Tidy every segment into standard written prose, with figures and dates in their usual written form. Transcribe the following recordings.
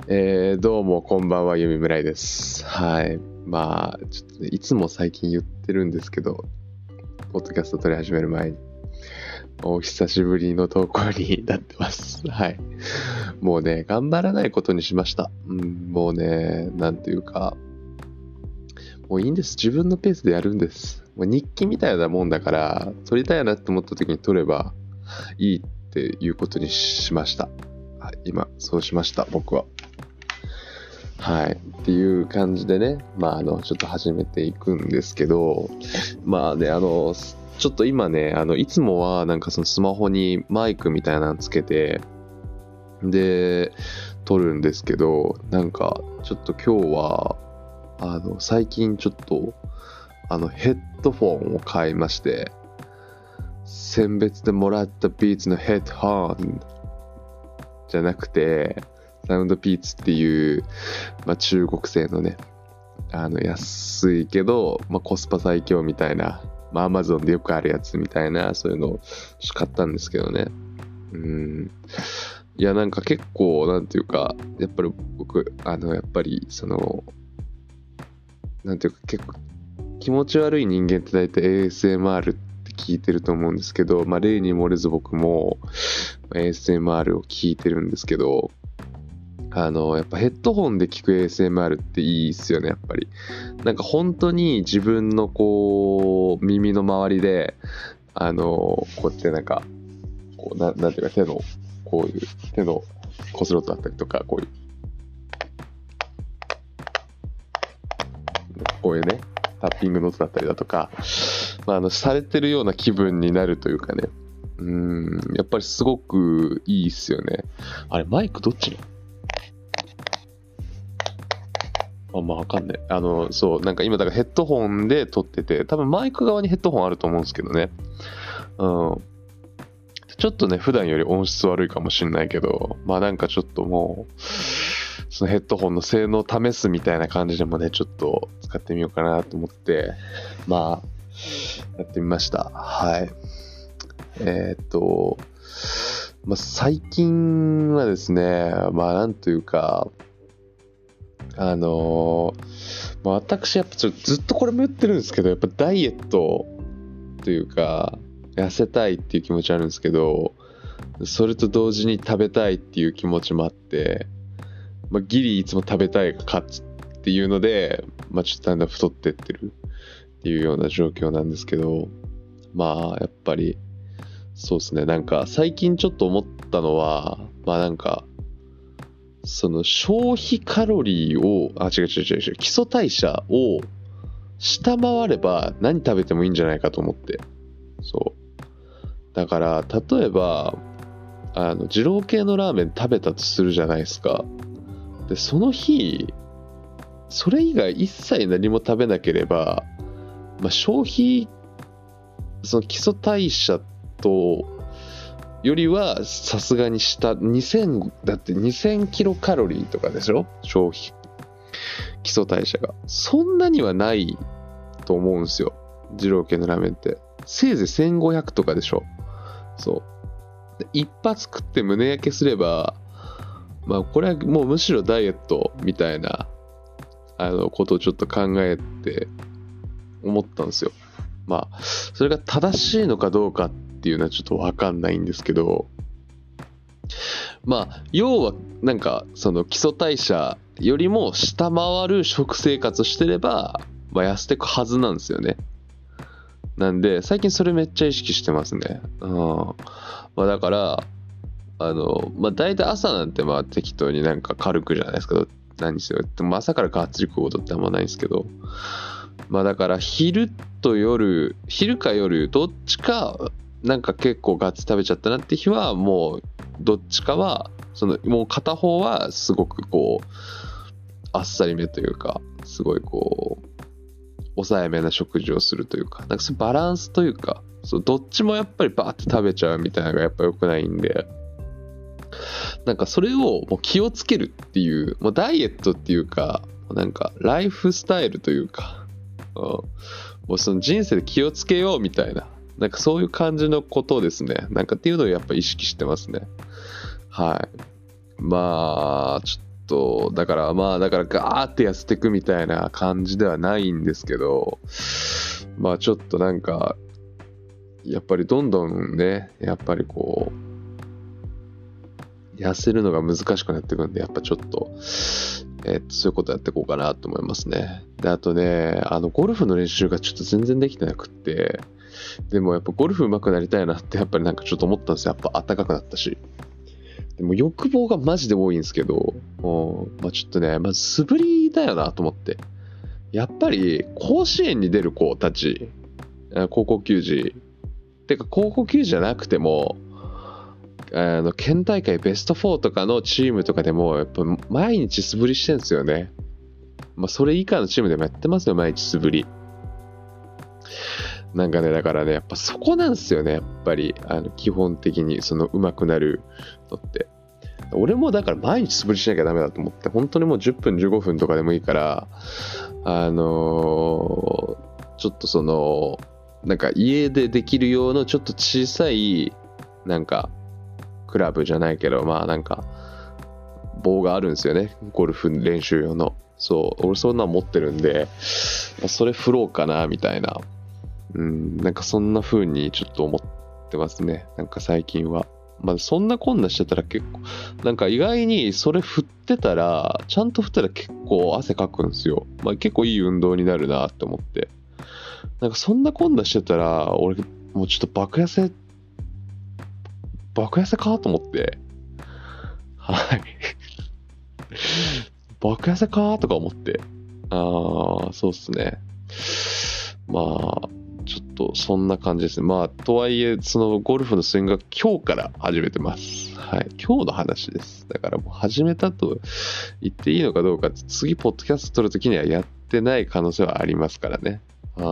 どうもこんばんは、ゆみむらいです。はい。ちょっとね、いつも最近言ってるんですけど、ポッドキャスト撮り始める前に、お久しぶりの投稿になってます。はい。もうね、頑張らないことにしました。もうね、なんていうか、もういいんです。自分のペースでやるんです。もう日記みたいなもんだから、撮りたいなって思った時に撮ればいいっていうことにしました。はい、今、そうしました、僕は。はい。っていう感じでね、ちょっと始めていくんですけど、ちょっと今ね、いつもはなんかそのスマホにマイクみたいなのつけて、で、撮るんですけど、なんか、ちょっと今日は、最近ちょっと、ヘッドフォンを買いまして、選別でもらったビーツのヘッドホンじゃなくて、サウンドピーツっていう、中国製のね、安いけど、コスパ最強みたいな、アマゾンでよくあるやつみたいな、そういうのを買ったんですけどね。いや、なんか結構、なんていうか、やっぱり僕、やっぱり、なんていうか、結構、気持ち悪い人間って大体 ASMR って聞いてると思うんですけど、例に漏れず僕も ASMR を聞いてるんですけど、やっぱヘッドホンで聞く ASMR っていいっすよね、やっぱり。なんか本当に自分のこう、耳の周りで、こうやってなんか、なんていうかこういう手のこする音だったりとか、こういうね、タッピングの音だったりだとか、されてるような気分になるというかね。やっぱりすごくいいっすよね。あれ、マイクどっちのわかんない。そう、なんか今だからヘッドホンで撮ってて、多分マイク側にヘッドホンあると思うんですけどね。ちょっとね、普段より音質悪いかもしれないけど、なんかちょっともう、そのヘッドホンの性能を試すみたいな感じでもね、ちょっと使ってみようかなと思って、やってみました。はい。最近はですね、なんというか、私やっぱずっとこれも言ってるんですけど、やっぱダイエットというか痩せたいっていう気持ちあるんですけど、それと同時に食べたいっていう気持ちもあって、ギリいつも食べたいが勝つっていうので、ちょっとだんだん太ってってるっていうような状況なんですけど、やっぱりそうですね、なんか最近ちょっと思ったのは、なんかその消費カロリーを、違う、基礎代謝を下回れば何食べてもいいんじゃないかと思って。そう。だから、例えば、二郎系のラーメン食べたとするじゃないですか。で、その日、それ以外一切何も食べなければ、消費、その基礎代謝と、よりはさすがに下だって2000キロカロリーとかでしょ、消費基礎代謝がそんなにはないと思うんですよ。二郎系のラーメンってせいぜい1500とかでしょ。そうで一発食って胸焼けすれば、これはもうむしろダイエットみたいなことをちょっと考えて思ったんですよ。それが正しいのかどうかっていうのはちょっと分かんないんですけど、要はなんかその基礎代謝よりも下回る食生活してれば、痩せていくはずなんですよね。なんで最近それめっちゃ意識してますね。だから大体朝なんて適当になんか軽くじゃないですか。何せよでも朝からがっつり食うことってあんまないんですけど、だから昼か夜どっちかなんか結構ガッツ食べちゃったなって日はもうどっちかはもう片方はすごくこうあっさりめというかすごいこう抑えめな食事をするというか、なんかそのバランスというか、どっちもやっぱりバーって食べちゃうみたいなのがやっぱ良くないんで、なんかそれをもう気をつけるっていう、もうダイエットっていうかなんかライフスタイルというか、もうその人生で気をつけようみたいな、なんかそういう感じのことですね。なんかっていうのをやっぱ意識してますね。はい。ちょっとだからガーって痩せていくみたいな感じではないんですけど、まあちょっとなんかやっぱりどんどんね、やっぱりこう痩せるのが難しくなってくるんで、やっぱちょっとそういうことやっていこうかなと思いますね。で、あとね、ゴルフの練習がちょっと全然できてなくって、でもやっぱゴルフ上手くなりたいなってやっぱりなんかちょっと思ったんですよ。やっぱ暖かくなったし。でも欲望がマジで多いんですけど、まあちょっとね、まず素振りだよなと思って。やっぱり甲子園に出る子たち、高校球児、てか高校球児じゃなくても、県大会ベスト4とかのチームとかでもやっぱ毎日素振りしてるんですよね。まあそれ以下のチームでもやってますよ、毎日素振り。なんかね、だからね、やっぱそこなんですよね、やっぱり基本的にその上手くなるのって。俺もだから毎日素振りしなきゃダメだと思って、本当にもう10分15分とかでもいいから、ちょっとそのなんか家でできる用のちょっと小さいなんかクラブじゃないけど、まあなんか棒があるんですよね、ゴルフ練習用の。そう、俺そんなの持ってるんで、それ振ろうかなみたいな、なんかそんな風にちょっと思ってますね、なんか最近は。まあそんなこんなしてたら結構なんか意外にそれ振ってたら、ちゃんと振ったら結構汗かくんですよ。まあ結構いい運動になるなって思って、なんかそんなこんなしてたら俺もうちょっと爆痩せかと思って、はい爆痩せかとか思って、そうっすね。まあちょっとそんな感じですね。まあとはいえそのゴルフのスイングが今日から始めてます。はい、今日の話です。だからもう始めたと言っていいのかどうか、次ポッドキャスト撮るときにはやってない可能性はありますからね。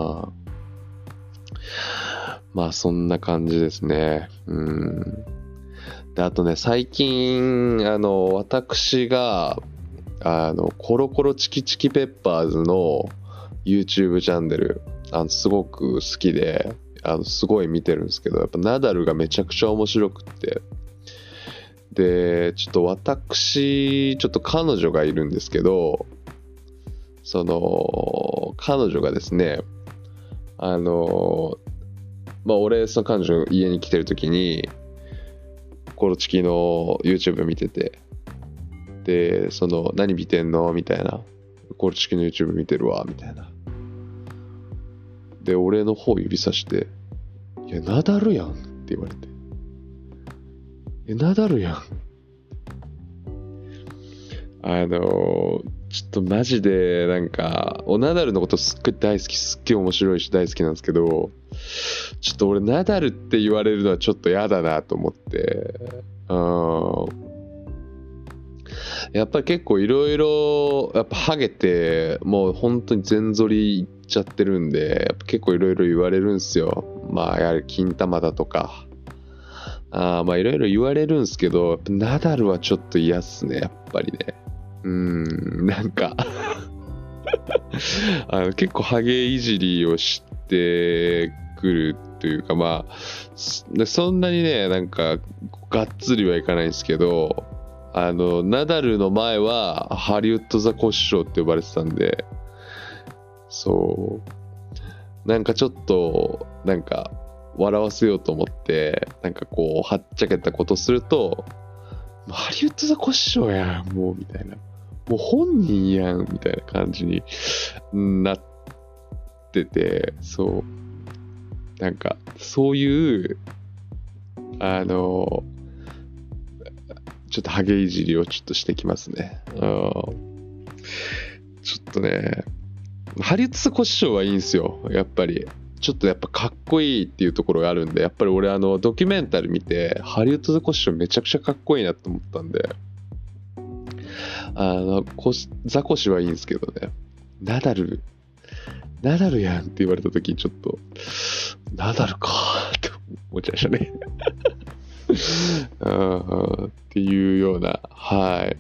まあそんな感じですね。で、あとね、最近私がコロコロチキチキペッパーズの YouTube チャンネルすごく好きで、すごい見てるんですけど、やっぱナダルがめちゃくちゃ面白くって、でちょっと私ちょっと彼女がいるんですけど、その彼女がですね、まあ俺その彼女家に来てる時にコロチキの YouTube 見てて、でその何見てんのみたいな、コロチキの YouTube 見てるわみたいな、で俺の方指さして、いやナダルやんって言われて、ナダルやん、ちょっとマジでなんかナダルのことすっごい大好き、すっげえ面白いし大好きなんですけど、ちょっと俺ナダルって言われるのはちょっと嫌だなと思って、やっぱり結構いろいろやっぱハゲてもう本当に全反りいっちゃってるんで、やっぱ結構いろいろ言われるんですよ。まあやはり金玉だとか、まあいろいろ言われるんですけど、やっぱナダルはちょっと嫌っすね、やっぱりね。なんか結構ハゲいじりをしてくるというか、まあそんなにねなんかがっつりはいかないんですけど、ナダルの前はハリウッドザコシショウって呼ばれてたんで、そうなんかちょっとなんか笑わせようと思ってなんかこうはっちゃけたことすると、ハリウッドザコシショウやんもうみたいな、もう本人やんみたいな感じになってて、そうなんかそういうちょっとハゲいじりをちょっとしてきますね。ちょっとね、ハリウッドザコシショウはいいんですよ、やっぱり。ちょっとやっぱかっこいいっていうところがあるんで、やっぱり俺ドキュメンタル見てハリウッドザコシショウめちゃくちゃかっこいいなと思ったんで、ザコシはいいんですけどね、ナダルやんって言われた時にちょっとナダルかって思っちゃいましたねっていうような、はい、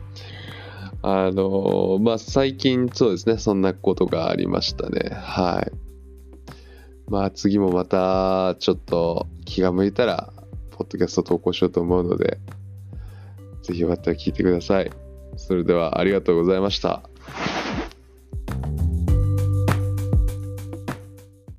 まあ最近そうですね、そんなことがありましたね。はい。まあ次もまたちょっと気が向いたらポッドキャスト投稿しようと思うので、ぜひよかったら聞いてください。 それではありがとうございました。